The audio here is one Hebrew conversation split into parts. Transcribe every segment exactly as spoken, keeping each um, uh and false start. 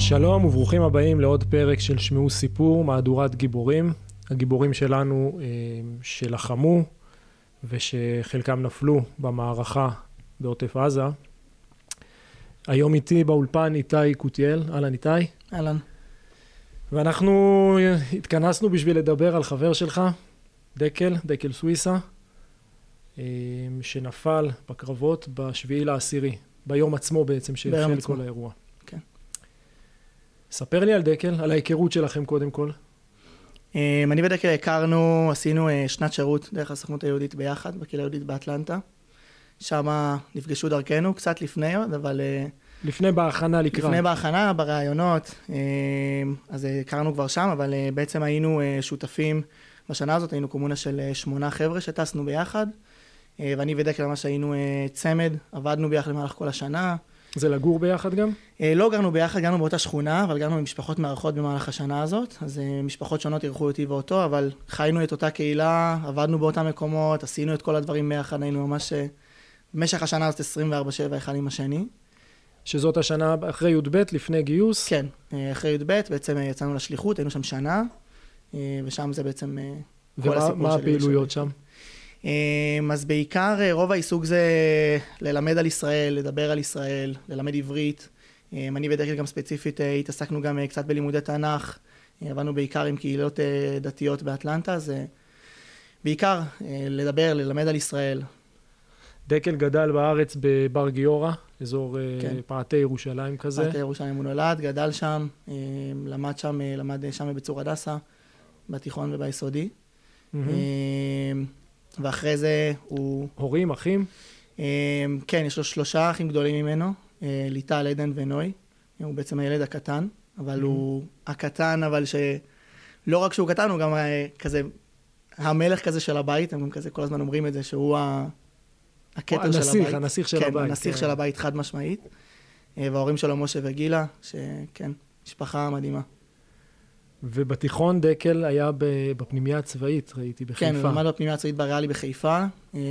שלום וברוכים הבאים לעוד פרק של שמעו סיפור, מהדורת גיבורים. הגיבורים שלנו שלחמו ושחלקם נפלו במערכה בעוטף עזה. היום איתי באולפן איתי קוטיאל. אהלן איתי. אהלן. ואנחנו התכנסנו בשביל לדבר על חבר שלך, דקל, דקל סוויסה, שנפל בקרבות בשביעי לעשירי, ביום עצמו בעצם שהחל כל האירוע. כן. ספר לי על דקל, על ההיכרות שלכם קודם כל. אני ודקל הכרנו, עשינו שנת שירות דרך הסוכנות היהודית ביחד, בקהילה היהודית באטלנטה. שם נפגשו דרכנו, קצת לפני עוד, אבל... לפני בהכנה לקראת. לפני בהכנה, ברעיונות. אז הכרנו כבר שם, אבל בעצם היינו שותפים בשנה הזאת, היינו קומונה של שמונה חבר'ה שטסנו ביחד, ואני ודקל ממש היינו צמד, עבדנו ביחד במהלך כל השנה. זה לגור ביחד גם? לא גרנו ביחד, גרנו באותה שכונה, אבל גרנו עם משפחות מארחות במהלך השנה הזאת, אז משפחות שונות אירחו אותי ואותו, אבל חיינו את אותה קהילה, עבדנו באותם מקומות, עשינו את כל הדברים ביחד, היינו ממש במשך השנה הזאת עשרים וארבע שבע אחד עם השני. שזאת השנה אחרי י"ב, לפני גיוס? כן, אחרי י"ב, בעצם יצאנו לשליחות, היינו שם שנה, ושם זה בעצם כל הסיפור שלי. ומה הפעילויות שם? אז בעיקר רוב העיסוק זה ללמד על ישראל, לדבר על ישראל, ללמד עברית. אני ודקל גם ספציפית התעסקנו גם קצת בלימודי תנ"ך, עבדנו בעיקר עם קהילות דתיות באטלנטה, אז בעיקר לדבר, ללמד על ישראל. דקל גדל בארץ בבר גיורא, אזור כן. פאתי ירושלים כזה. פאתי ירושלים הוא נולד, גדל שם, למד שם, למד שם בצור הדסה, בתיכון וביסודי. Mm-hmm. ואחרי זה הוא... הורים, אחים? כן, יש לו שלושה אחים גדולים ממנו, ליטל, עדן ונוי. הוא בעצם הילד הקטן, אבל mm-hmm. הוא הקטן, אבל שלא רק שהוא קטן, הוא גם כזה, המלך כזה של הבית, הם גם כזה כל הזמן אומרים את זה, שהוא הכתר של הבית. הנסיך של כן, הבית. הנסיך כן. של הבית חד משמעית. וההורים שלו משה וגילה, שכן, משפחה מדהימה. ובתיכון דקל היה בפנימיה הצבאית, ראיתי, בחיפה. כן, הוא למד בפנימיה הצבאית בריאלי בחיפה.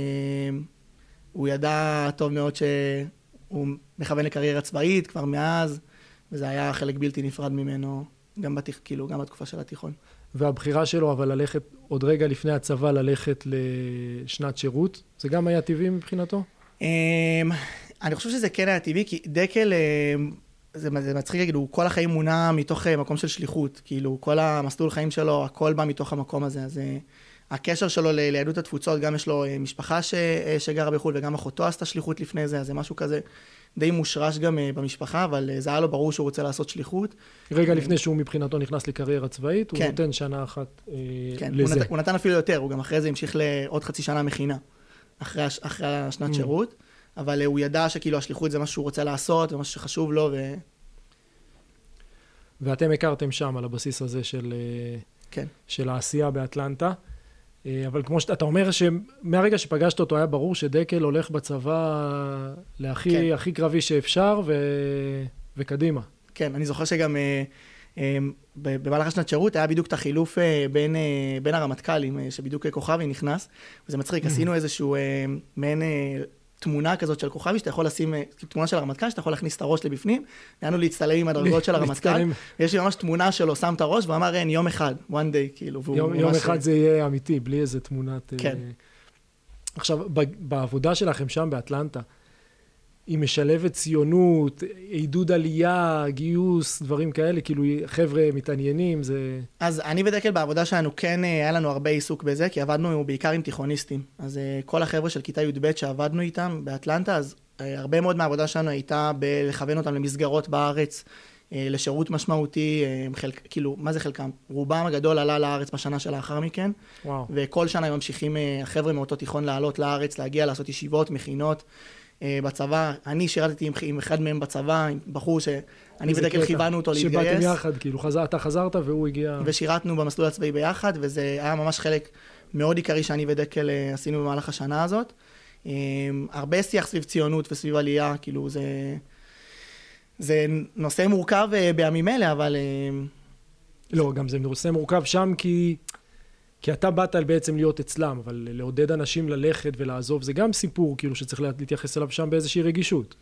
הוא ידע טוב מאוד שהוא מכוון לקריירה צבאית כבר מאז, וזה היה חלק בלתי נפרד ממנו, גם, בתיכ... כאילו, גם בתקופה של התיכון. והבחירה שלו, אבל ללכת, עוד רגע לפני הצבא, ללכת לשנת שירות, זה גם היה טבעי מבחינתו? אני חושב שזה כן היה טבעי, כי דקל... זה, זה מצחיק להגיד, הוא כל החיים מונע מתוך מקום של שליחות, כאילו כל המסלול חיים שלו, הכל בא מתוך המקום הזה, אז הקשר שלו ליהדות התפוצות, גם יש לו משפחה ש, שגרה בחו"ל, וגם אחותו עשתה שליחות לפני זה, אז זה משהו כזה די מושרש גם במשפחה, אבל זה היה לו ברור שהוא רוצה לעשות שליחות. רגע לפני שהוא מבחינתו נכנס לקריירה צבאית, הוא כן. נותן שנה אחת כן, לזה. הוא נתן, הוא נתן אפילו יותר, הוא גם אחרי זה המשיך לעוד חצי שנה מכינה, אחרי, אחרי השנת mm. שירות. אבל הוא ידע שכאילו השליחות זה מה שהוא רוצה לעשות, ומה שחשוב לו. ו... ואתם הכרתם שם על הבסיס הזה של, כן. של העשייה באטלנטה. אבל כמו שאתה אומר שמהרגע שפגשת אותו היה ברור שדקל הולך בצבא להכי כן. הכי קרבי שאפשר ו... וקדימה. כן, אני זוכר שגם במהלך השנת שירות היה בדיוק את החילוף בין, בין הרמטכ"לים, שבדיוק כוכבי נכנס, וזה מצחיק, עשינו איזשהו מעין... תמונה כזאת של כוכבי, שאתה יכול לשים, תמונה של הרמטכ"ל, שאתה יכול להכניס את הראש לבפנים, נהיינו להצטלם עם הדרגות של הרמטכ"ל, ויש לי ממש תמונה שלו, שם את הראש, ואמר, אין, יום אחד, one day, כאילו. יום, יום אחד זה יהיה אמיתי, בלי איזה תמונת... כן. עכשיו, בעבודה שלכם שם באטלנטה, היא משלבת ציונות, עידוד עלייה, גיוס, דברים כאלה, כאילו חבר'ה מתעניינים, זה... אז אני ודקל בעבודה שלנו כן היה לנו הרבה עיסוק בזה, כי עבדנו בעיקר עם תיכוניסטים. אז כל החבר'ה של כיתה י"ב שעבדנו איתם באטלנטה, אז הרבה מאוד מהעבודה שלנו הייתה בלכוון אותם למסגרות בארץ, לשירות משמעותי, חלק, כאילו, מה זה חלקם? רובם הגדול עלה לארץ בשנה שלאחר מכן, וואו. וכל שנה הם ממשיכים החבר'ה מאותו תיכון לעלות לארץ, להגיע, לעשות ישיבות, מכינות, בצבא. אני שירתתי עם אחד מהם בצבא, עם בחור שאני ודקל כיוונו אותו להתגייס. שבאתם יחד, כאילו, חזר, אתה חזרת והוא הגיע... ושירתנו במסלול הצבאי ביחד, וזה היה ממש חלק מאוד עיקרי שאני ודקל עשינו במהלך השנה הזאת. הרבה שיח סביב ציונות וסביב עלייה, כאילו זה... זה נושא מורכב בימים אלה, אבל... לא, גם זה נושא מורכב שם כי... כי אתה באת בעצם להיות אצלם, אבל לעודד אנשים ללכת ולעזוב, זה גם סיפור כאילו שצריך להתייחס אליו שם באיזושהי רגישות.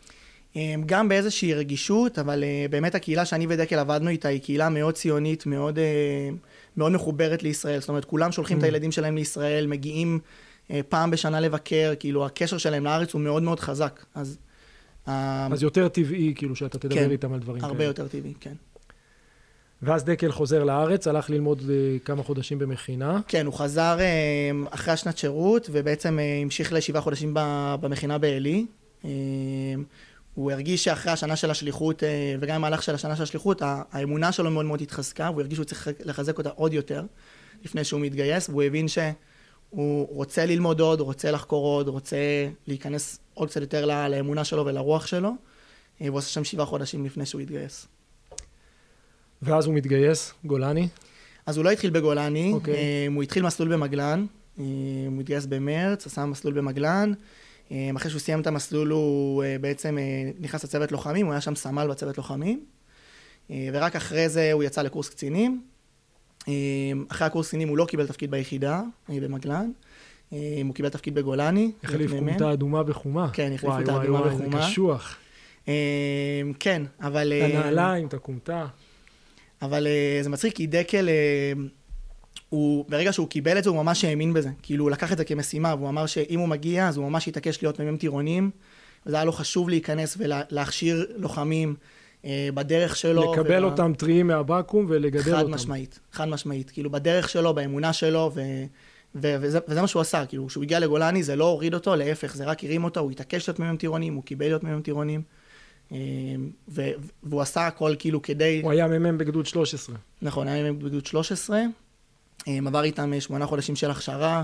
גם באיזושהי רגישות, אבל באמת הקהילה שאני ודקל עבדנו איתה היא קהילה מאוד ציונית, מאוד, מאוד מחוברת לישראל. זאת אומרת, כולם שולחים את הילדים שלהם לישראל, מגיעים פעם בשנה לבקר, כאילו הקשר שלהם לארץ הוא מאוד מאוד חזק. אז, אז יותר טבעי, כאילו, שאתה תדבר כן, איתם על דברים הרבה כאלה. יותר טבעי, כן. ואז דקל חוזר לארץ, הלך ללמוד כמה חודשים במכינה. כן, הוא חזר אחרי השנת שירות, ובעצם המשיך לשבעה חודשים במכינה בעלי. הוא הרגיש שאחרי השנה של השליחות, וגם במהלך של השנה של השליחות, האמונה שלו מאוד מאוד התחזקה, והוא הרגיש שהוא צריך לחזק אותה עוד יותר, לפני שהוא מתגייס, והוא הבין שהוא רוצה ללמוד עוד, הוא רוצה לחקור עוד, הוא רוצה להיכנס עוד קצת יותר לאמונה שלו ולרוח שלו, והוא עושה שם שבעה חודשים לפני שהוא התגייס. ואז הוא מתגייס, גולני? אז הוא לא התחיל בגולני, okay. הוא התחיל מסלול במגלן, הוא התגייס במרץ, עשה מסלול במגלן, אחרי שהוא סיים את המסלול הוא בעצם נכנס לצוות לוחמים, הוא היה שם סמל בצוות לוחמים, ורק אחרי זה הוא יצא לקורס קצינים. אחרי הקורס קצינים הוא לא קיבל תפקיד ביחידה, במגלן, הוא קיבל תפקיד בגולני. החליף כומתה אדומה בחומה. כן, החליף אותה אדומה בחומה. וואי וואי, זה קשוח. כן, אבל... את הנעליים, את הכומתה. אבל זה מצחיק, כי דקל, הוא, ברגע שהוא קיבל את זה, הוא ממש האמין בזה. כאילו, הוא לקח את זה כמשימה, והוא אמר שאם הוא מגיע, אז הוא ממש יתעקש להיות מ"מ טירונים, וזה היה לו חשוב להיכנס ולהכשיר לוחמים בדרך שלו. לקבל ובא... אותם טריים מהבקו"ם ולגדל חד אותם. חד משמעית, חד משמעית. כאילו, בדרך שלו, באמונה שלו, ו... ו... וזה, וזה מה שהוא עשה. כאילו, כשהוא הגיע לגולני, זה לא הוריד אותו, להפך, זה רק הרים אותו, הוא התעקש להיות מ"מ טירונים, הוא קיבל להיות מ"מ טירונים. ו... והוא עשה הכל כאילו כדי... הוא היה מ"מ בגדוד שלוש עשרה. נכון, היה מ"מ בגדוד שלוש עשרה. עבר איתם שמונה חודשים של הכשרה,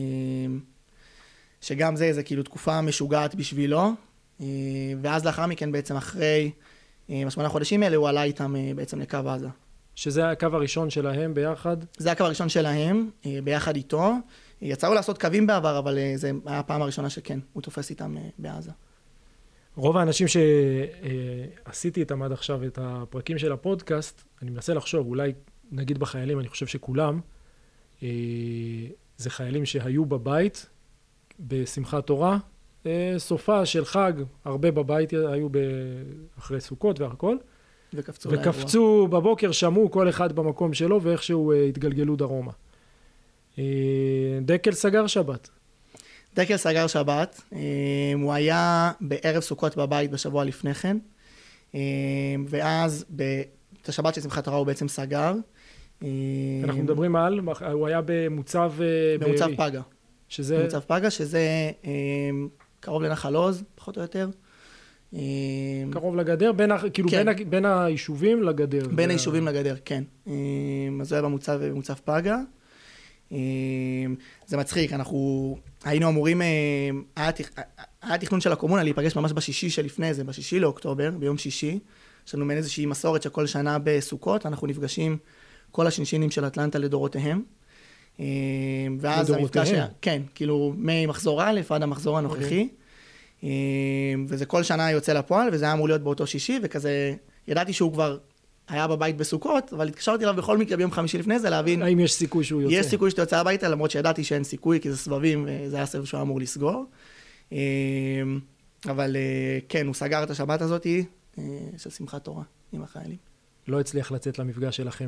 שגם זה, זה כאילו תקופה משוגעת בשבילו. ואז לאחר מכן בעצם אחרי השמונה חודשים האלה, הוא עלה איתם בעצם לקו עזה. שזה הקו הראשון שלהם ביחד? זה הקו הראשון שלהם, ביחד איתו. יצאו לעשות קווים בעבר, אבל זה היה הפעם הראשונה שכן, הוא תופס איתם בעזה. רוב האנשים שעשיתי איתם עד עכשיו את הפרקים של הפודקאסט, אני מנסה לחשוב, אולי נגיד בחיילים, אני חושב שכולם, זה חיילים שהיו בבית בשמחת תורה, סופה של חג, הרבה בבית היו אחרי סוכות והכל, וקפצו, וקפצו בבוקר, שמעו כל אחד במקום שלו, ואיכשהו התגלגלו דרומה. דקל סגר שבת. דקל סגר שבת, הוא היה בערב סוכות בבית בשבוע לפני כן, ואז את השבת של שמחת תורה הוא בעצם סגר. אנחנו מדברים על, הוא היה במוצב במוצב פגה. שזה... במוצב פגה, שזה קרוב לנחל עוז, פחות או יותר. קרוב לגדר, בין, כאילו כן. בין, בין היישובים לגדר. בין היישובים לגדר, כן. אז הוא היה במוצב, במוצב פגה. זה מצחיק, אנחנו היינו אמורים, היה, היה תכנון של הקומונה להיפגש ממש בשישי שלפני זה, בשישי לאוקטובר, ביום שישי. יש לנו מעין איזושהי מסורת שכל שנה בסוכות, אנחנו נפגשים כל השינשינים של אטלנטה לדורותיהם. ואז המפגש היה, כן, כאילו ממחזור א' עד המחזור הנוכחי. Okay. וזה כל שנה יוצא לפועל, וזה היה אמור להיות באותו שישי, וכזה, ידעתי שהוא כבר היה בבית בסוכות, אבל התקשרתי אליו בכל מקרה ביום חמישי לפני זה להבין... האם יש סיכוי שהוא יוצא? יש סיכוי שאתה יוצא הביתה, למרות שידעתי שאין סיכוי, כי זה סבבים, וזה היה סבב שהוא אמור לסגור. אבל כן, הוא סגר את השבת הזאת של שמחת תורה עם החיילים. לא הצליח לצאת למפגש שלכם.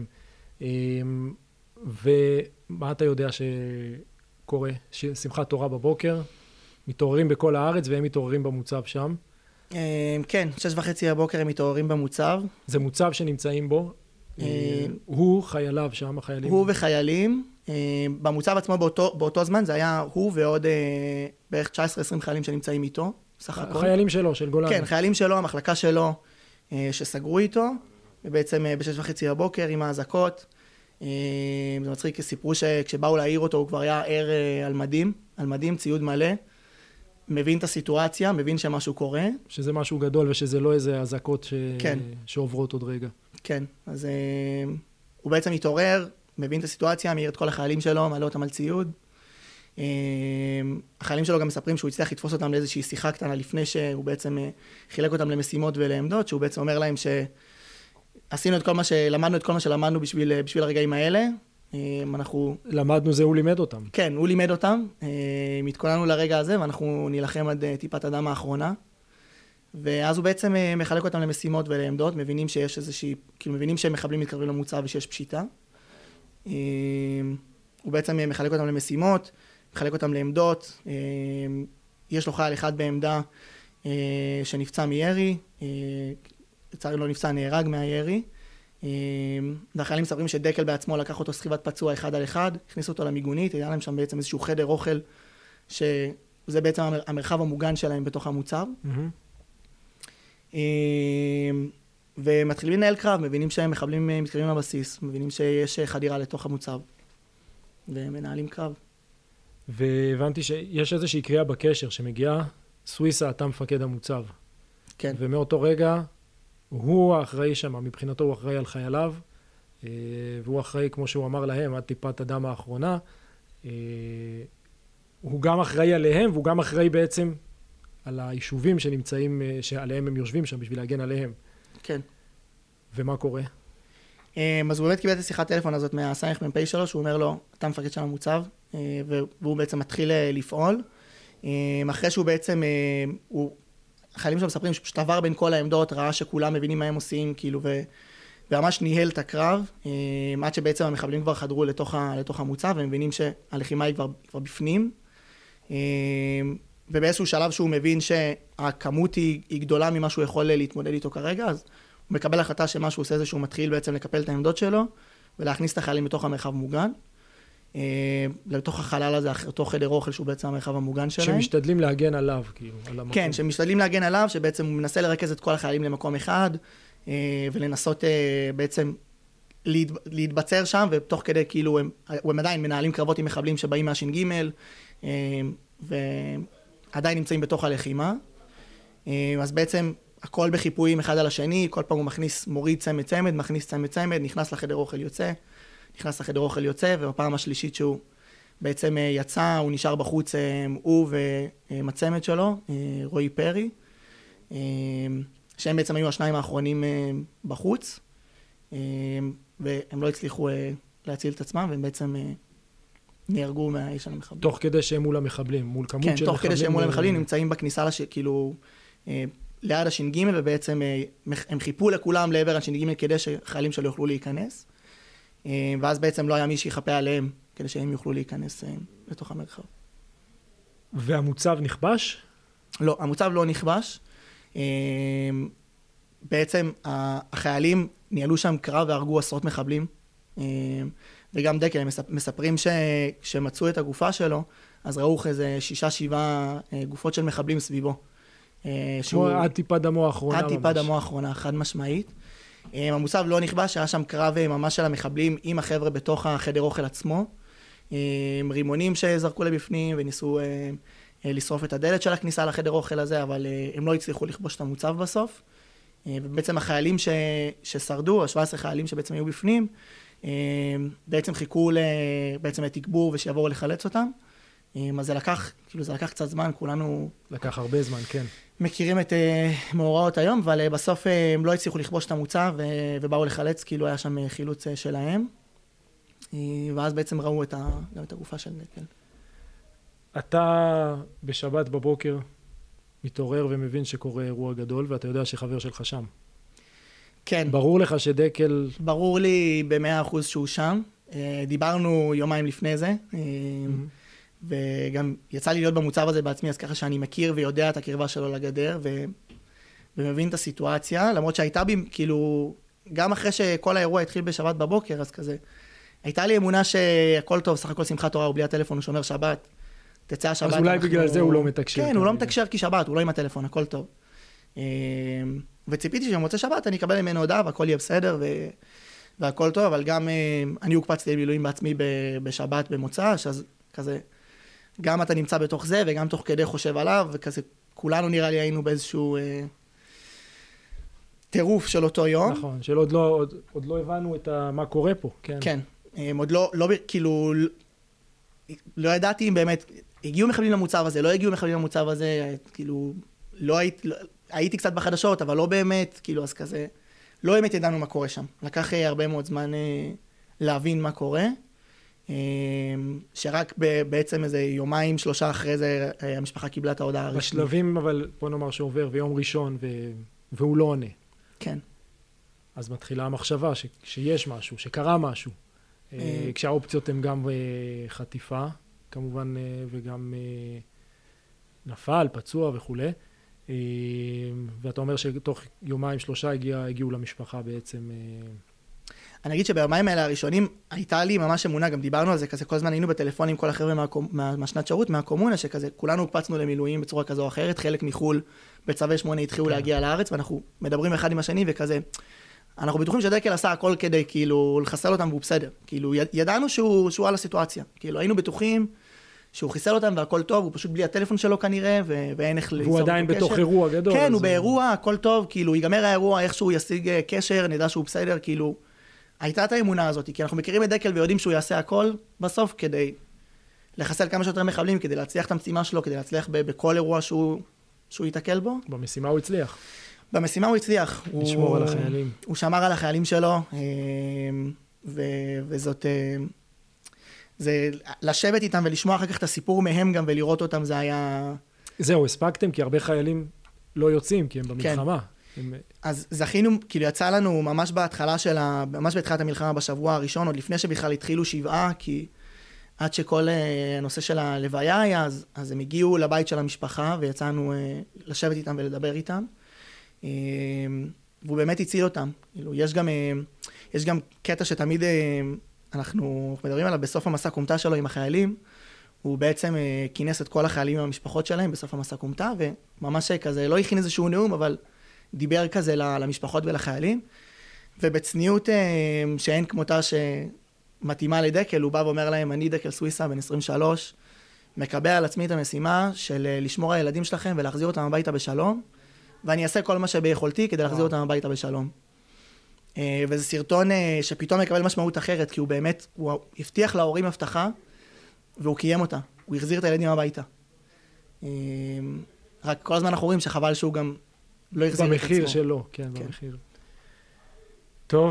ומה אתה יודע שקורה? שמחת תורה בבוקר, מתעוררים בכל הארץ והם מתעוררים במוצב שם? כן, שש וחצי הבוקר הם מתעוררים במוצב. זה מוצב שנמצאים בו? הוא, חייליו שם, החיילים? הוא וחיילים. במוצב עצמו באותו, באותו זמן זה היה הוא ועוד בערך תשע עשרה עשרים חיילים שנמצאים איתו, סך הכל. חיילים שלו, של גולני. כן, חיילים שלו, המחלקה שלו, שסגרו איתו, ובעצם בשש וחצי הבוקר עם האזעקות. זה מצחיק, סיפרו שכשבאו להעיר אותו הוא כבר היה ער על מדים, על מדים, ציוד מלא. מבין את הסיטואציה, מבין שמשהו קורה. שזה משהו גדול ושזה לא איזה אזעקות ש... כן. שעוברות עוד רגע. כן, אז uh, הוא בעצם מתעורר, מבין את הסיטואציה, מעיר את כל החיילים שלו, מעלה אותם על ציוד. Uh, החיילים שלו גם מספרים שהוא הצליח לתפוס אותם לאיזושהי שיחה קטנה לפני שהוא בעצם uh, חילק אותם למשימות ולעמדות, שהוא בעצם אומר להם שעשינו את כל מה שלמדנו, את כל מה שלמדנו בשביל, בשביל הרגעים האלה. אנחנו... למדנו זה, הוא לימד אותם. כן, הוא לימד אותם. התכוננו לרגע הזה, ואנחנו נילחם עד טיפת הדם האחרונה. ואז הוא בעצם מחלק אותם למשימות ולעמדות, מבינים שיש איזושהי, כאילו מבינים שהם מחבלים מתקרבים למוצב ושיש פשיטה. הוא בעצם מחלק אותם למשימות, מחלק אותם לעמדות, יש לו חייל אחד בעמדה שנפצע מירי, לצערי לא נפצע, נהרג מהירי. והחיילים מספרים שדקל בעצמו לקח אותו סחיבת פצוע אחד על אחד, הכניס אותו למיגונית, היה להם שם בעצם איזשהו חדר אוכל, שזה בעצם המרחב המוגן שלהם בתוך המוצב. ומתחילים לנהל קרב, מבינים שהם מחבלים מתקרבים לבסיס, מבינים שיש חדירה לתוך המוצב, ומנהלים קרב. והבנתי שיש איזושהי קריאה בקשר שמגיעה, סוויסה, אתה מפקד המוצב. כן. ומאותו רגע, הוא האחראי שם, מבחינתו הוא אחראי על חייליו, והוא אחראי, כמו שהוא אמר להם, עד טיפת הדם האחרונה. הוא גם אחראי עליהם, והוא גם אחראי בעצם על היישובים שנמצאים, שעליהם הם יושבים שם בשביל להגן עליהם. כן. ומה קורה? אז הוא באמת קיבל את השיחת טלפון הזאת מהסייך מ"פ שלו, שהוא אומר לו, אתה מפקד של המוצב, והוא בעצם מתחיל לפעול. אחרי שהוא בעצם, הוא, החיילים שלו מספרים שפשוט עבר בין כל העמדות, ראה שכולם מבינים מה הם עושים, כאילו, ו, וממש ניהל את הקרב, עד שבעצם המחבלים כבר חדרו לתוך, ה, לתוך המוצב, והם מבינים שהלחימה היא כבר, כבר בפנים. ובאיזשהו שלב שהוא מבין שהכמות היא, היא גדולה ממה שהוא יכול להתמודד איתו כרגע, אז הוא מקבל החלטה שמה שהוא עושה זה שהוא מתחיל בעצם לקפל את העמדות שלו, ולהכניס את החיילים לתוך המרחב מוגן, לתוך החלל הזה, אותו חדר אוכל שהוא בעצם המרחב המוגן שלהם. שמשתדלים להגן עליו, כאילו, על המקום. כן, שמשתדלים להגן עליו, שבעצם הוא מנסה לרכז את כל החיילים למקום אחד, ולנסות בעצם להתבצר שם, ותוך כדי כאילו הם, הם עדיין מנהלים קרבות עם מחבלים שבאים מהש"ג, ועדיין נמצאים בתוך הלחימה. אז בעצם הכל בחיפויים אחד על השני, כל פעם הוא מכניס, מוריד צמד צמד, מכניס צמד צמד, נכנס לחדר אוכל יוצא, נכנס לחדר אוכל יוצא, ובפעם השלישית שהוא בעצם יצא, הוא נשאר בחוץ, הוא ומצמד שלו, רועי פרי, שהם בעצם היו השניים האחרונים בחוץ, והם לא הצליחו להציל את עצמם, והם בעצם נהרגו מהאיש על המחבלים. תוך כדי שהם מול המחבלים, מול כמות של מחבלים. כן, תוך כדי שהם מול המחבלים, נמצאים בכניסה, לש... כאילו, ליד הש"ג, ובעצם הם חיפו לכולם לעבר הש"ג כדי שחיילים שלו יוכלו להיכנס, ואז בעצם לא היה מי שיחפה עליהם, כדי שהם יוכלו להיכנס לתוך המרחב. והמוצב נכבש? לא, המוצב לא נכבש. בעצם החיילים ניהלו שם קרב והרגו עשרות מחבלים, וגם דקל, הם מספרים שמצאו את הגופה שלו, אז ראו איזה שישה, שבעה גופות של מחבלים סביבו. כמו עד טיפה דמו האחרונה ממש. עד טיפה דמו האחרונה, חד משמעית. המוצב לא נכבש, היה שם קרב ממש של המחבלים עם החבר'ה בתוך החדר אוכל עצמו. רימונים שזרקו לבפנים וניסו לשרוף את הדלת של הכניסה לחדר אוכל הזה, אבל הם לא הצליחו לכבוש את המוצב בסוף. ובעצם החיילים ש... ששרדו, ה-שבעה עשר חיילים שבעצם היו בפנים, בעצם חיכו בעצם לתגבור ושיבואו לחלץ אותם. אז זה לקח, כאילו זה לקח קצת זמן, כולנו... לקח הרבה זמן, כן. מכירים את מאורעות היום, אבל בסוף הם לא הצליחו לכבוש את המוצב ובאו לחלץ, כאילו היה שם חילוץ שלהם. ואז בעצם ראו את ה... גם את הגופה של דקל. אתה בשבת בבוקר מתעורר ומבין שקורה אירוע גדול, ואתה יודע שחבר שלך שם. כן. ברור לך שדקל... ברור לי במאה אחוז שהוא שם. דיברנו יומיים לפני זה, וגם יצא לי להיות במוצב הזה בעצמי, אז ככה שאני מכיר ויודע את הקרבה שלו לגדר, ו... ומבין את הסיטואציה, למרות שהייתה בי, כאילו, גם אחרי שכל האירוע התחיל בשבת בבוקר, אז כזה, הייתה לי אמונה שהכל טוב, סך הכל שמחת תורה, הוא בלי הטלפון, הוא שומר שבת, תצא השבת. אז אולי אנחנו... בגלל זה הוא לא מתקשר. כן, הוא לא מתקשר כי שבת, הוא לא עם הטלפון, הכל טוב. וציפיתי שבמוצא שבת אני אקבל ממנו הודעה והכל יהיה בסדר ו... והכל טוב, אבל גם אני הוקפצתי למילואים בעצמי בשבת במוצ"ש, אז כזה, גם אתה נמצא בתוך זה וגם תוך כדי חושב עליו, וכזה כולנו נראה לי היינו באיזשהו אה, טירוף של אותו יום. נכון, של עוד לא, עוד, עוד לא הבנו את ה, מה קורה פה. כן, כן, עוד לא, לא, כאילו, לא ידעתי אם באמת, הגיעו מחבלים למוצב הזה, לא הגיעו מחבלים למוצב הזה, כאילו, לא הייתי, לא, הייתי קצת בחדשות, אבל לא באמת, כאילו, אז כזה, לא באמת ידענו מה קורה שם. לקח הרבה מאוד זמן להבין מה קורה. שרק בעצם איזה יומיים, שלושה אחרי זה, המשפחה קיבלה את ההודעה הרשמית. בשלבים, אבל בוא נאמר שעובר ביום ראשון, ו... והוא לא עונה. כן. אז מתחילה המחשבה ש... שיש משהו, שקרה משהו. כשהאופציות הן גם חטיפה, כמובן, וגם נפל, פצוע וכו'. ואתה אומר שתוך יומיים, שלושה הגיע, הגיעו למשפחה בעצם... אני אגיד שביומיים האלה הראשונים הייתה לי ממש אמונה, גם דיברנו על זה כזה, כל הזמן היינו בטלפונים, כל החבר'ה מה, מהשנת שירות, מהקומונה, שכזה, כולנו הוקפצנו למילואים בצורה כזו או אחרת, חלק מחול בצווי שמונה התחילו להגיע לארץ, ואנחנו מדברים אחד עם השני וכזה, אנחנו בטוחים שדקל עשה הכל כדי כאילו לחסל אותם והוא בסדר, כאילו ידענו שהוא, שהוא על הסיטואציה, כאילו היינו בטוחים שהוא חיסל אותם והכל טוב, הוא פשוט בלי הטלפון שלו כנראה, ואין איך ליצור והוא עדיין בתוך אירוע גדול. כן, הוא באירוע, הכל טוב, כאילו ייגמר האירוע, איכשהו ישיג קשר, נדע שהוא בסדר, כאילו הייתה את האמונה הזאת, כי אנחנו מכירים את דקל ויודעים שהוא יעשה הכל בסוף כדי לחסל כמה שיותר מחבלים, כדי להצליח את המשימה שלו, כדי להצליח בכל אירוע שהוא, שהוא יתקל בו. במשימה הוא הצליח. במשימה הוא הצליח. לשמור הוא, על החיילים. הוא שמר על החיילים שלו, ו, וזאת, זה לשבת איתם ולשמוע אחר כך את הסיפור מהם גם ולראות אותם, זה היה... זהו, הספקתם, כי הרבה חיילים לא יוצאים, כי הם במלחמה. כן. הם... אז זכינו, כאילו יצא לנו ממש בהתחלה של ה... ממש בהתחלת המלחמה בשבוע הראשון, עוד לפני שבכלל התחילו שבעה, כי עד שכל הנושא של הלוויה היה, אז, אז הם הגיעו לבית של המשפחה, ויצאנו לשבת איתם ולדבר איתם. והוא באמת הציל אותם. יש גם, יש גם קטע שתמיד אנחנו מדברים עליו בסוף המסע קומטה שלו עם החיילים, הוא בעצם כינס את כל החיילים עם המשפחות שלהם בסוף המסע קומטה, וממש כזה, לא הכין איזשהו נאום, אבל דיבר כזה למשפחות ולחיילים, ובצניעות שאין כמותה שמתאימה לדקל, הוא בא ואומר להם, אני דקל סוויסה, בן עשרים ושלוש, מקבל על עצמי את המשימה של לשמור על הילדים שלכם ולהחזיר אותם הביתה בשלום, ואני אעשה כל מה שביכולתי כדי להחזיר אותם הביתה בשלום. וזה סרטון שפתאום מקבל משמעות אחרת, כי הוא באמת, הוא הבטיח להורים הבטחה, והוא קיים אותה. הוא החזיר את הילדים הביתה. רק כל הזמן אנחנו רואים שחבל שהוא גם לא החזיר את עצמו. במחיר שלו, כן, במחיר. טוב,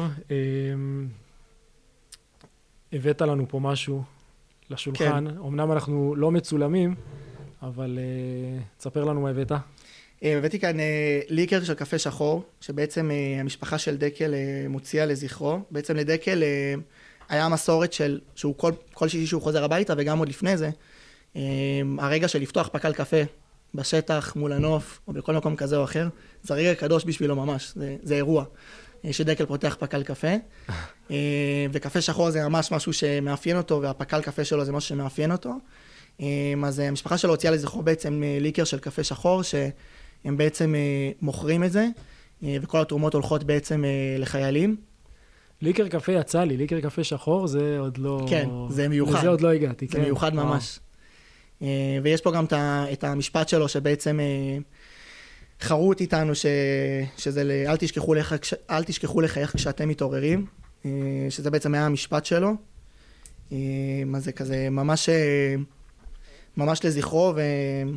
הבאת לנו פה משהו לשולחן. אמנם אנחנו לא מצולמים, אבל תספר לנו מה הבאת. הבאתי כאן ליקר של קפה שחור, שבעצם המשפחה של דקל מוציאה לזכרו. בעצם לדקל היה מסורת של, שהוא כל, כל שישי שהוא חוזר הביתה, וגם עוד לפני זה, הרגע של לפתוח פקל קפה בשטח, מול הנוף, או בכל מקום כזה או אחר, זה רגע קדוש בשבילו ממש, זה, זה אירוע שדקל פותח פקל קפה, וקפה שחור זה ממש משהו שמאפיין אותו, והפקל קפה שלו זה משהו שמאפיין אותו. אז המשפחה שלו הוציאה לזכרו בעצם ליקר של קפה שחור, שהם בעצם מוכרים את זה, וכל התרומות הולכות בעצם לחיילים. ליקר קפה יצא לי, ליקר קפה שחור זה עוד לא... כן, זה מיוחד. לזה עוד לא הגעתי, זה כן. מיוחד ממש. ויש פה גם את המשפט שלו, שבעצם חרוט איתנו, ש... שזה ל... אל תשכחו לך... אל תשכחו לחייך כשאתם מתעוררים, שזה בעצם היה המשפט שלו. אז זה כזה ממש... ממש לזכרו, ו...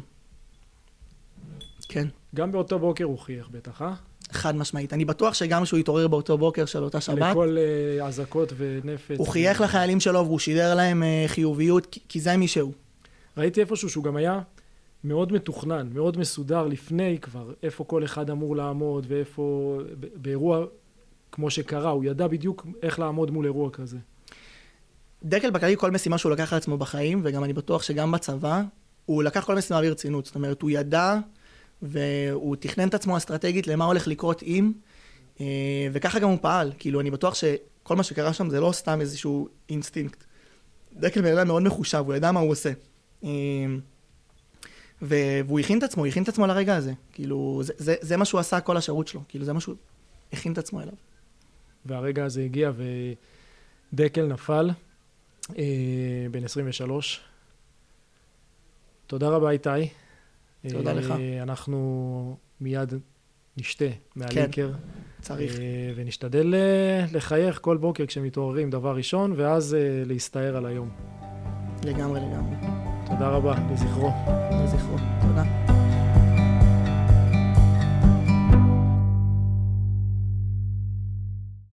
כן. גם באותו בוקר הוא חייך בטח, אה? חד משמעית. אני בטוח שגם שהוא התעורר באותו בוקר של אותה שבת. לכל uh, עזקות ונפץ. הוא חייך לחיילים שלו, והוא שידר להם uh, חיוביות, כי, כי זה מישהו. ראיתי איפשהו שהוא גם היה מאוד מתוכנן, מאוד מסודר לפני כבר, איפה כל אחד אמור לעמוד, ואיפה, באירוע כמו שקרה, הוא ידע בדיוק איך לעמוד מול אירוע כזה. דקל בכללי כל משימה שהוא לקח על עצמו בחיים, וגם אני בטוח שגם בצבא, הוא לקח כל משימה ברצינות. זאת אומרת, הוא ידע, והוא תכנן את עצמו אסטרטגית למה הולך לקרות עם, וככה גם הוא פעל. כאילו, אני בטוח שכל מה שקרה שם זה לא סתם איזשהו אינסטינקט. דקל בן אדם מאוד מחושב, הוא ידע מה הוא עושה. והוא הכין את עצמו, הוא הכין את עצמו לרגע הזה. כאילו, זה, זה, זה מה שהוא עשה כל השירות שלו. כאילו, זה מה שהוא הכין את עצמו אליו. והרגע הזה הגיע, ודקל נפל. בן עשרים ושלוש. תודה רבה איתי. תודה לך. אנחנו מיד נשתה מהליקר. צריך. ונשתדל לחייך כל בוקר כשמתעוררים דבר ראשון, ואז להסתער על היום. לגמרי, לגמרי. תודה רבה, לזכרו. לזכרו, תודה.